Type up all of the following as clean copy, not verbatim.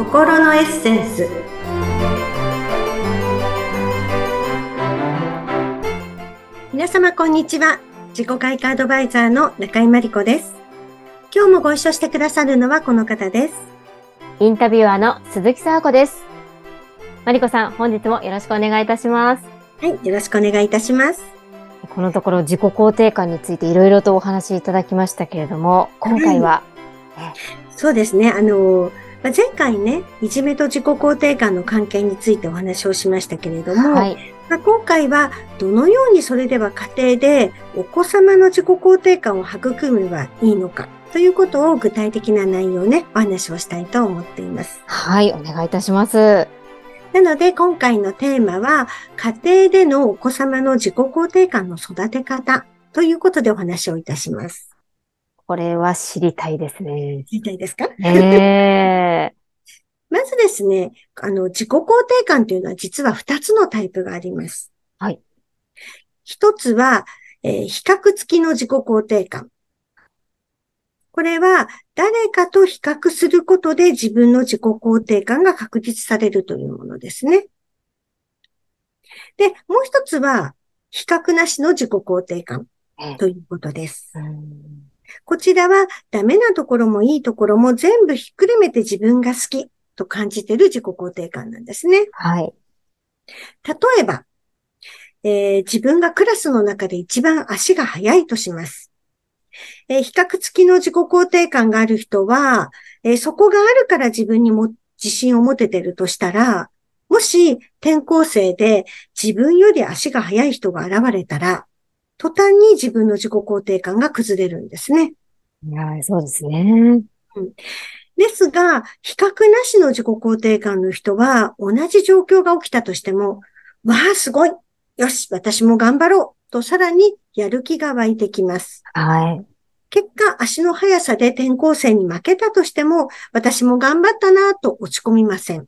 心のエッセンス。皆様こんにちは。自己開花アドバイザーの中井真理子です。今日もご一緒してくださるのはこの方です。 インタビュアーの鈴木沙子です。真理子さん、本日もよろしくお願いいたします。 はい、よろしくお願いいたします。 このところ自己肯定感についていろいろとお話しいただきましたけれども、今回は、 そうですね。前回ね、いじめと自己肯定感の関係についてお話をしましたけれども、今回はどのようにそれでは家庭でお子様の自己肯定感を育めばいいのかということを具体的な内容ね、お話をしたいと思っています。 はい、お願いいたします。 なので今回のテーマは家庭でのお子様の自己肯定感の育て方ということでお話をいたします。 これは知りたいですね。 知りたいですか？まずですね、自己肯定感というのは実は2つのタイプがあります。 はい。 一つは、比較付きの自己肯定感。これは誰かと比較することで自分の自己肯定感が確立されるというものですね。で、もう一つは、比較なしの自己肯定感ということです。こちらはダメなところもいいところも全部ひっくるめて自分が好きと感じている自己肯定感なんですね。 はい。 例えば、自分がクラスの中で一番足が速いとします。比較付きの自己肯定感がある人は、そこがあるから自分にも自信を持ててるとしたら、もし転校生で自分より足が速い人が現れたら、途端に自分の自己肯定感が崩れるんですね。 そうですね。 ですが、比較なしの自己肯定感の人は、同じ状況が起きたとしても、わあ、すごい。よし、私も頑張ろう。とさらにやる気が湧いてきます。 はい。 結果、足の速さで転校生に負けたとしても、私も頑張ったなと落ち込みません。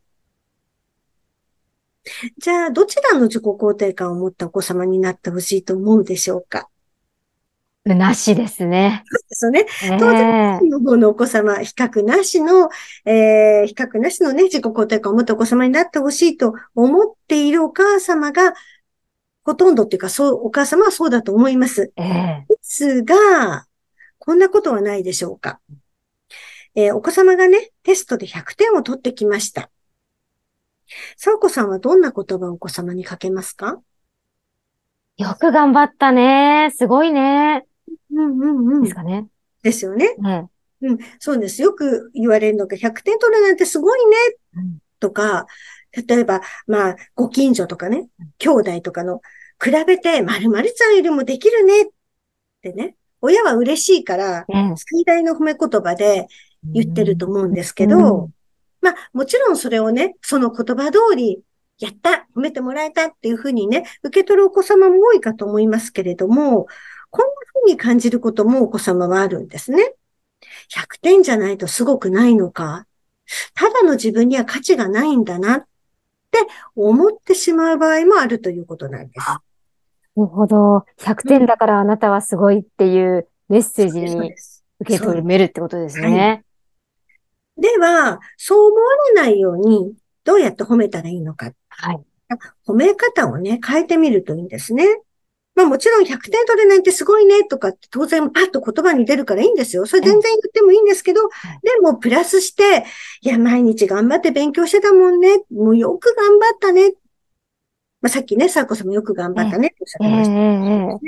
じゃあ、どちらの自己肯定感を持ったお子様になってほしいと思うでしょうか？ なしですね。 そうね。当然、の方のお子様、比較なしのね、自己肯定感を持ったお子様になってほしいと思っているお母様が、ほとんどっていうか、お母様はそうだと思います。ですが、こんなことはないでしょうか。お子様がね、テストで100点を取ってきました。さおこさんはどんな言葉をお子様にかけますか？ よく頑張ったね。すごいね。ですかね。 ですよね。そうです。よく言われるのが、100点取るなんてすごいね。とか、例えば、ご近所とかね、兄弟とかの、比べて、〇〇ちゃんよりもできるね。ってね。親は嬉しいから、最大の褒め言葉で言ってると思うんですけど、もちろんそれをね、その言葉通り、やった、褒めてもらえたっていうふうにね、受け取るお子様も多いかと思いますけれども、こんなふうに感じることもお子様はあるんですね。100点じゃないとすごくないのか。ただの自分には価値がないんだなって思ってしまう場合もあるということなんです。 なるほど。100点だからあなたはすごいっていうメッセージに受け取れるってことですね。 では、そう思われないようにどうやって褒めたらいいのか。褒め方をね、変えてみるといいんですね。もちろん100点取れなんてすごいねとかって当然パッと言葉に出るからいいんですよ。それ全然言ってもいいんですけど、でもプラスして、いや、毎日頑張って勉強してたもんね。もうよく頑張ったね。さっきね、さあこさんもよく頑張ったねっておっしゃってました。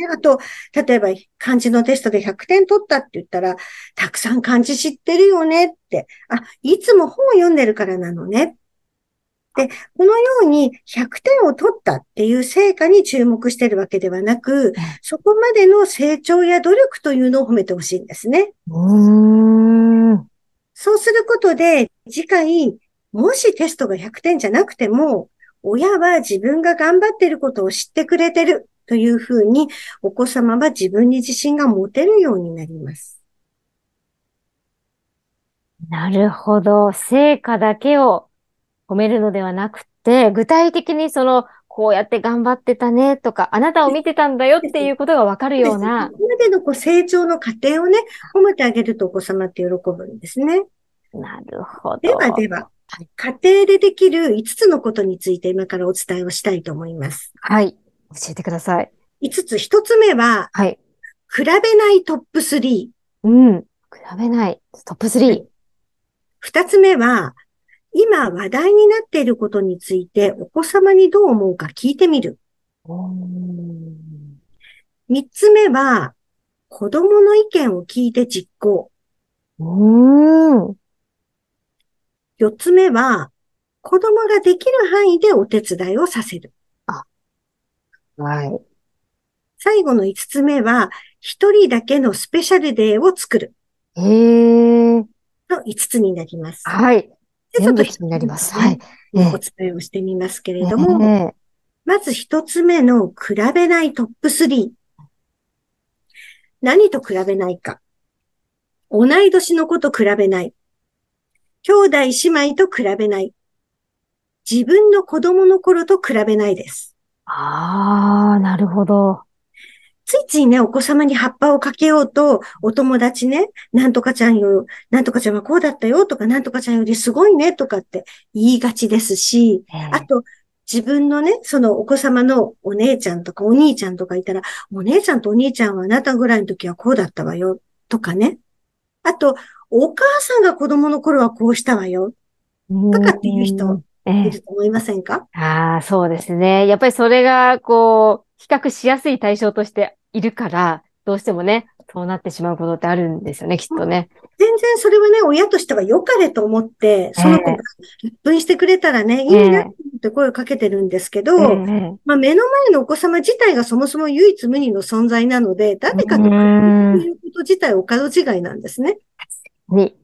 あと、例えば漢字のテストで100点取ったって言ったら、たくさん漢字知ってるよねって。いつも本を読んでるからなのね。で、このように100点を取ったっていう成果に注目してるわけではなく、そこまでの成長や努力というのを褒めてほしいんですね。そうすることで、次回、もしテストが100点じゃなくても、親は自分が頑張っていることを知ってくれてるというふうに、お子様は自分に自信が持てるようになります。 なるほど。成果だけを褒めるのではなくて、具体的にこうやって頑張ってたねとか、あなたを見てたんだよっていうことがわかるような。 ここまでの成長の過程をね、褒めてあげるとお子様って喜ぶんですね。 なるほど。 ではでは、 はい。 家庭でできる5つのことについて今からお伝えをしたいと思います。 はい。教えてください。 5つ、1つ目は、 はい。 比べないトップ3。 うん。比べない。トップ3。 はい。2つ目は、今話題になっていることについてお子様にどう思うか聞いてみる。 うーん。 3つ目は、子供の意見を聞いて実行。 うーん。 4つ目は、子供ができる範囲でお手伝いをさせる。 あ、はい。 最後の5つ目は、1人だけのスペシャルデーを作る。 へえ。 の5つになります。 はい。 で、ちょっ全部気と一つになります。はずつね、 い。ええ。 お伝えをしてみますけれども、 ええ。 まず1つ目の比べないトップ3。何と比べないか。同い年の子と比べない。兄弟姉妹と比べない。自分の子供の頃と比べないです。 ああ、なるほど。 ついついね、お子様に葉っぱをかけようと、お友達ね、なんとかちゃんよ、なんとかちゃんはこうだったよとか、なんとかちゃんよりすごいねとかって言いがちですし、 ええ。 あと、自分のね、そのお子様のお姉ちゃんとかお兄ちゃんとかいたら、お姉ちゃんとお兄ちゃんはあなたぐらいの時はこうだったわよとかね。あと、お母さんが子供の頃はこうしたわようとかっていう人ーん。ええ。 いると思いませんか？ ああ、そうですね。やっぱりそれが、こう、比較しやすい対象としているから、どうしてもね、そうなってしまうことってあるんですよね、きっとね。 全然それはね、親としては良かれと思って、 えその子がえ、 一分してくれたらね、いいなっええ、 て声をかけてるんですけえど、 え、 まあ目の前のお子様自体がそもそも唯一無二の存在なので、 う誰かと比べるとーん、 いうこと自体お門違いなんですね。 に、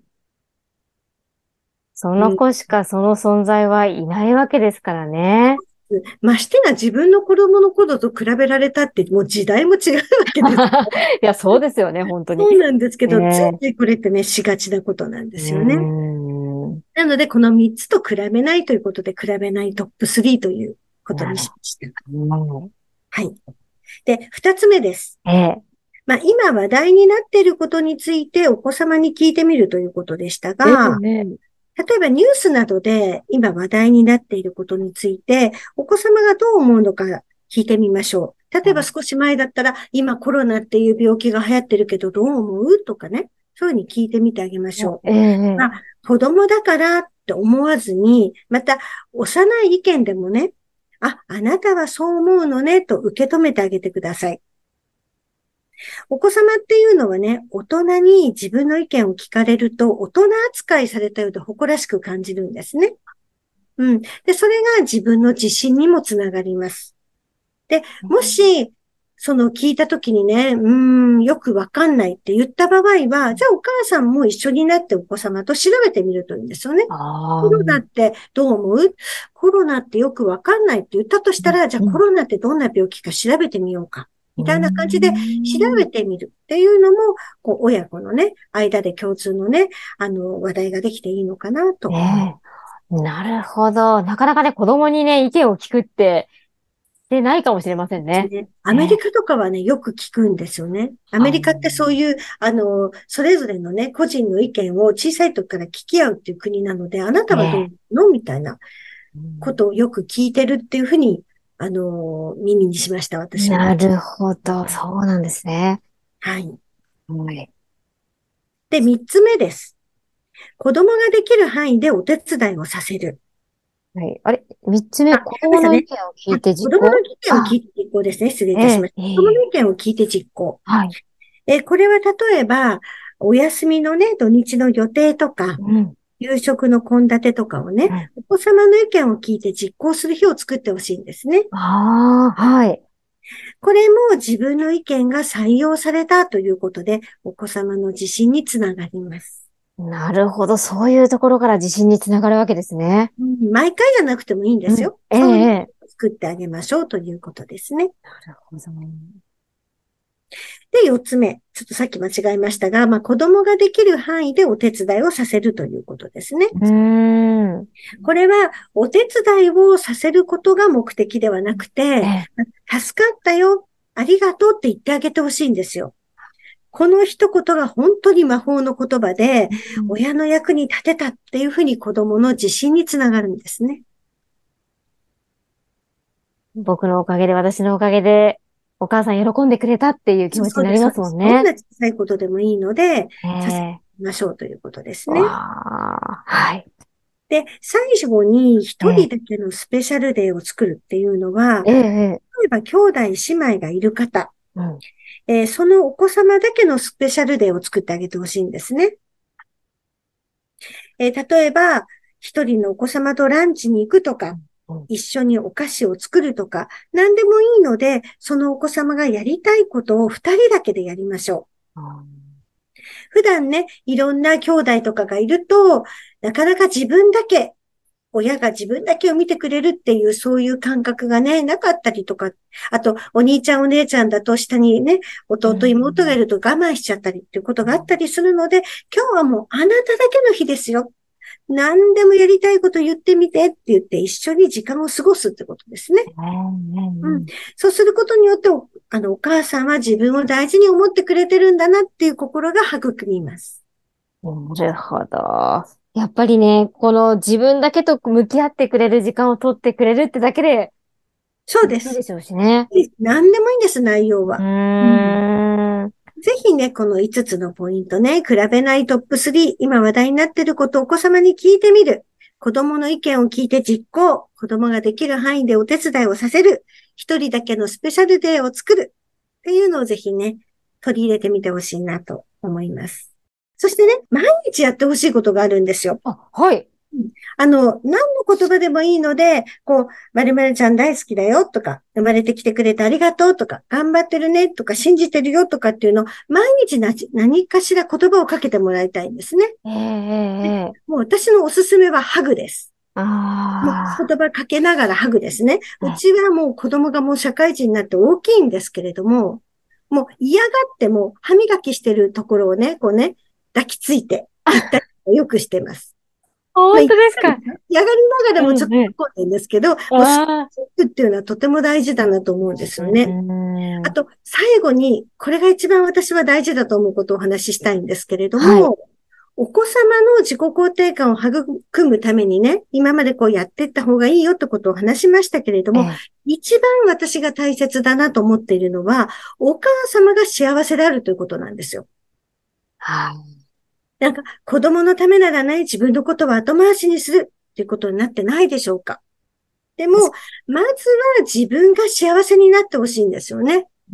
そうん。 の子しかその存在はいないわけですからね。 ましてな自分の子供の頃と比べられたって、もう時代も違うわけです。 いや、そうですよね、本当に。 そうなんですけど、ついええ、 ついこれってね、しがちなことなんでうすよね。 ーん、 なので、この3つと比べないということで、比べないトップ3ということになるしました。 ほど。 はい。で、2つ目です。 ええ、 まあ、今話題になっていることについてお子様に聞いてみるということでしたえが、 え、 例えばニュースなどで今話題になっていることについて、お子様がどう思うのか聞いてみましょう。例えば少し前だったら、今コロナっていう病気が流行ってるけどどう思うとかね。そういうふうに聞いてみてあげましょう。 ええ、 まあ、子供だからって思わずに、また、幼い意見でもね、あなたはそう思うのねと受け止めてあげてください。お子様っていうのはね、大人に自分の意見を聞かれると、大人扱いされたようで誇らしく感じるんですね。うん。で、それが自分の自信にもつながります。で、もし、その聞いたときにね、よくわかんないって言った場合は、じゃあお母さんも一緒になってお子様と調べてみるといいんですよね。コああ、 ロナってどう思う？コロナってよくわかんないって言ったとしたら、じゃあうん、 コロナってどんな病気か調べてみようか。 うみたいな感じで調ん。 べてみるっていうのも、こう、親子のね、間で共通のね、話題ができていいのかなと思いまねえ。なるほど。なかなかね、子供にね、意見を聞くってしてないかもしれませんね。 すね。アメリねカとかはね、よく聞くんですよね。アえ。 メリカってそういう、それぞれのね、個人の意見を小さい時から聞き合うっていう国なので、あなたはどうええ。 思うのみたいなうん。 ことをよく聞いてるっていうふうに、耳にしました、私も。 なるほど。 うん。 そうなんですね。 はい。 はい。 で、三つ目です。子供ができる範囲でお手伝いをさせる。 はい。あれ、三つ目、子供の意ごめんなさいね。 見を聞いて子供の実行。 意見を聞いて実行ですね。失礼いええ、 たしました。 ええ。 子供の意見を聞いて実行。 はい。 これは例えば、お休みのね、土日の予定とか、 うん。 夕食の献立とかをね、 うん。 お子様の意見を聞いて実行する日を作ってほしいんですね。 ああ、はい。 これも自分の意見が採用されたということで、お子様の自信につながります。 なるほど。そういうところから自信につながるわけですね。 うん、毎回じゃなくてもいいんでうん。 すよ。 ええ、 そういうええ。 日を作ってあげましょうということですね。 なるほど。 で、四つ目。ちょっとさっき間違えましたが、まあ、子供ができる範囲でお手伝いをさせるということですね。 うーん。 これは、お手伝いをさせることが目的ではなくて、 ええ。 助かったよ、ありがとうって言ってあげてほしいんですよ。 この一言が本当に魔法の言葉で、 うん、 親の役に立てたっていうふうに子供の自信につながるんですね。 僕のおかげで、私のおかげで、お母さん喜んでくれたっていう気持ちそうです、 になりまそうです。どんすもんね。 な小さいことでもいいので、 えさせえ、 ましょうということですね。 わあ、はい。 で、最後に一人ええ、 だけのスペシャルデーを作るっていうのは、 ええ、 例えば兄弟姉妹がいる方、 うん、 そのお子様だけのスペシャルデーを作ってあげてほしいんですね。例えば、一人のお子様とランチに行くとか、 うん、 一緒にお菓子を作るとか、何でもいいので、そのお子様がやりたいことを二人だけでやりましょう。 うん、 普段ね、いろんな兄弟とかがいると、なかなか自分だけ、親が自分だけを見てくれるっていう、そういう感覚がね、なかったりとか、あと、お兄ちゃんお姉ちゃんだと下にね、弟妹がいると我慢しちゃったりっていうことがあったりするので、今日はもうあなただけの日ですよ。何でもやりたいこと言ってみてって言って一緒に時間を過ごすってことですね。うん。そうすることによってお母さんは自分を大事に思ってくれてるんだなっていう心が育みます。 なるほど。やっぱりね、この自分だけと向き合ってくれる時間を取ってくれるってだけでそうです。 嬉しいでしょうしね。 何でもいいんです、内容うは。うん。 ーん。 ぜひね、この5つのポイントね、比べないトップ3、今話題になっていることをお子様に聞いてみる。子供の意見を聞いて実行。子供ができる範囲でお手伝いをさせる。一人だけのスペシャルデーを作る。っていうのをぜひね、取り入れてみてほしいなと思います。そしてね、毎日やってほしいことがあるんですよ。 あ、はい。 何の言葉でもいいので、〇〇ちゃん大好きだよとか、生まれてきてくれてありがとうとか、頑張ってるねとか、信じてるよとかっていうのを、毎日何かしら言葉をかけてもらいたいんですね。 ええ、ええ、 もう私のおすすめはハグです。もうあ言葉かけながらハグですね。 あ、ね、 うちはもう子供がもう社会人になって大きいんですけれども、もう嫌がっても歯磨きしてるところをね、抱きついて行ったりよくしてます。まあ、 本当ですか？ 嫌がりながらもちょっとうん、うん。 怒ってるんですけど、もうスキああ、 ップっていうのはとても大事だなと思うんですうよね。あん。 と、最後に、これが一番私は大事だと思うことをお話ししたいんですけれどはい。 も、お子様の自己肯定感を育むためにね、今までやっていった方がいいよってことを話しましたけれども、 ええ、 一番私が大切だなと思っているのは、お母様が幸せであるということなんですよ。 はい。 なんか、子供のためならね、自分のことは後回しにするっていうことになってないでしょうか。でも、まずは自分が幸せになってほしいんですよね。 うん。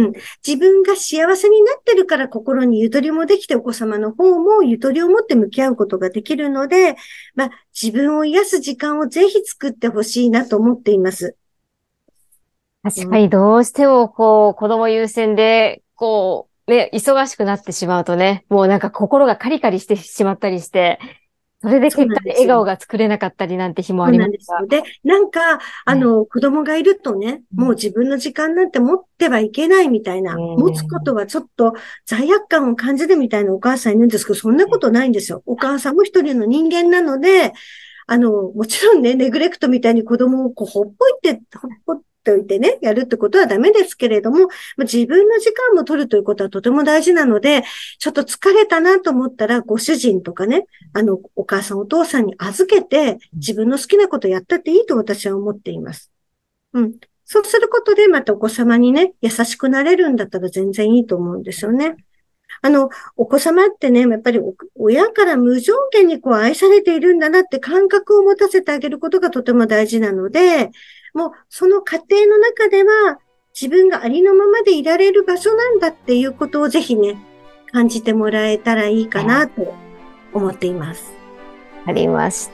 うん。自分が幸せになってるから心にゆとりもできてお子様の方もゆとりを持って向き合うことができるので、自分を癒す時間をぜひ作ってほしいなと思っています。 確かうん、 にどうしても子供優先で、ね、忙しくなってしまうとね、もうなんか心がカリカリしてしまったりして、それでそう結果なんですよ。 で笑顔が作れなかったりなんて日もそうありますが。 なんですよ。で、なんか、 ね、 子供がいるとね、 うん、 もう自分の時間なんて持ってはいけないみたいな、持つことはちょっと罪悪感を感じるみたいなお母さんいるんですけど、そんなことないんですよ。お母さんも一人の人間なので、もちろんね、ネグレクトみたいに子供をほっぽっておいてね、やるってことはダメですけれども、自分の時間も取るということはとても大事なので、ちょっと疲れたなと思ったら、ご主人とかね、お母さんお父さんに預けて、自分の好きなことやったっていいと私は思っています。うん。そうすることで、またお子様にね、優しくなれるんだったら全然いいと思うんですよね。お子様ってね、やっぱり親から無条件に愛されているんだなって感覚を持たせてあげることがとても大事なので、もうその過程の中では自分がありのままでいられる場所なんだっていうことをぜひね、感じてもらえたらいいかなと思っています。 ありました。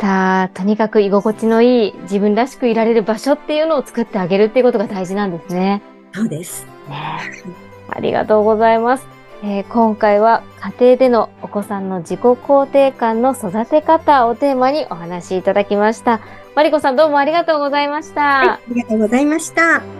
とにかく居心地のいい自分らしくいられる場所っていうのを作ってあげるっていうことが大事なんですね。 そうです。 ね、ありがとうございます。今回は家庭でのお子さんの自己肯定感の育て方をテーマにお話しいただきました。マリコさんどうもありがとうございました。 はい、ありがとうございました。